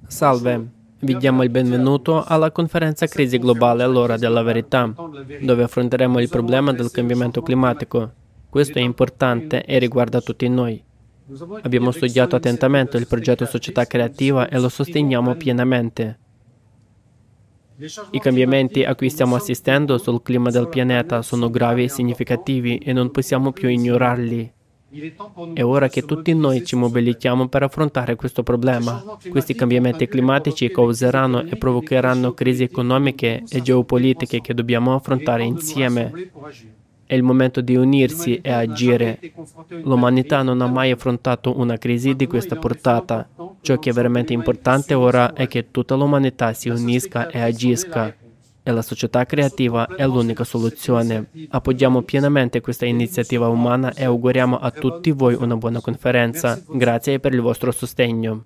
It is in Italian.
Salve, vi diamo il benvenuto alla conferenza Crisi globale all'ora della verità, dove affronteremo il problema del cambiamento climatico. Questo è importante e riguarda tutti noi. Abbiamo studiato attentamente il progetto Società Creativa e lo sosteniamo pienamente. I cambiamenti a cui stiamo assistendo sul clima del pianeta sono gravi e significativi e non possiamo più ignorarli. È ora che tutti noi ci mobilitiamo per affrontare questo problema. Questi cambiamenti climatici causeranno e provocheranno crisi economiche e geopolitiche che dobbiamo affrontare insieme. È il momento di unirsi e agire. L'umanità non ha mai affrontato una crisi di questa portata. Ciò che è veramente importante ora è che tutta l'umanità si unisca e agisca. E la società creativa è l'unica soluzione. Appoggiamo pienamente questa iniziativa umana e auguriamo a tutti voi una buona conferenza. Grazie per il vostro sostegno.